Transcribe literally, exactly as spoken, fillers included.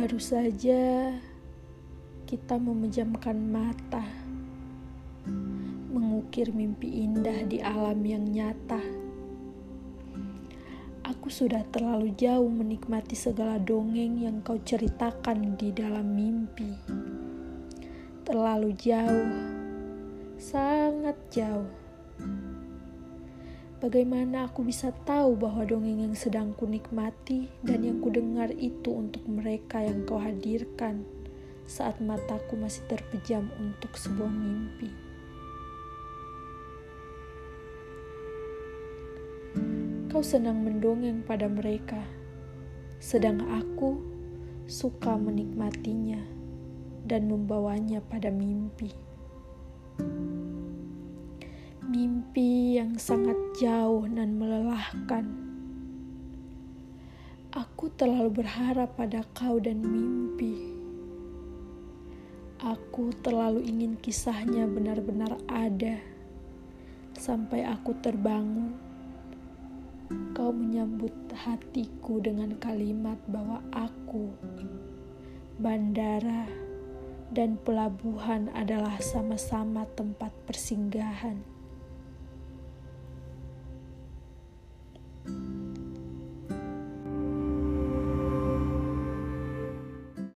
Baru saja kita memejamkan mata, mengukir mimpi indah di alam yang nyata. Aku sudah terlalu jauh menikmati segala dongeng yang kau ceritakan di dalam mimpi. Terlalu jauh, sangat jauh. Bagaimana aku bisa tahu bahwa dongeng yang sedang kunikmati dan yang kudengar itu untuk mereka yang kau hadirkan saat mataku masih terpejam untuk sebuah mimpi. Kau senang mendongeng pada mereka, sedang aku suka menikmatinya dan membawanya pada mimpi. Mimpi yang sangat jauh dan melelahkan. Aku terlalu berharap pada kau dan mimpi. Aku terlalu ingin kisahnya benar-benar ada. Sampai aku terbangun, kau menyambut hatiku dengan kalimat bahwa aku, bandara, dan pelabuhan adalah sama-sama tempat persinggahan.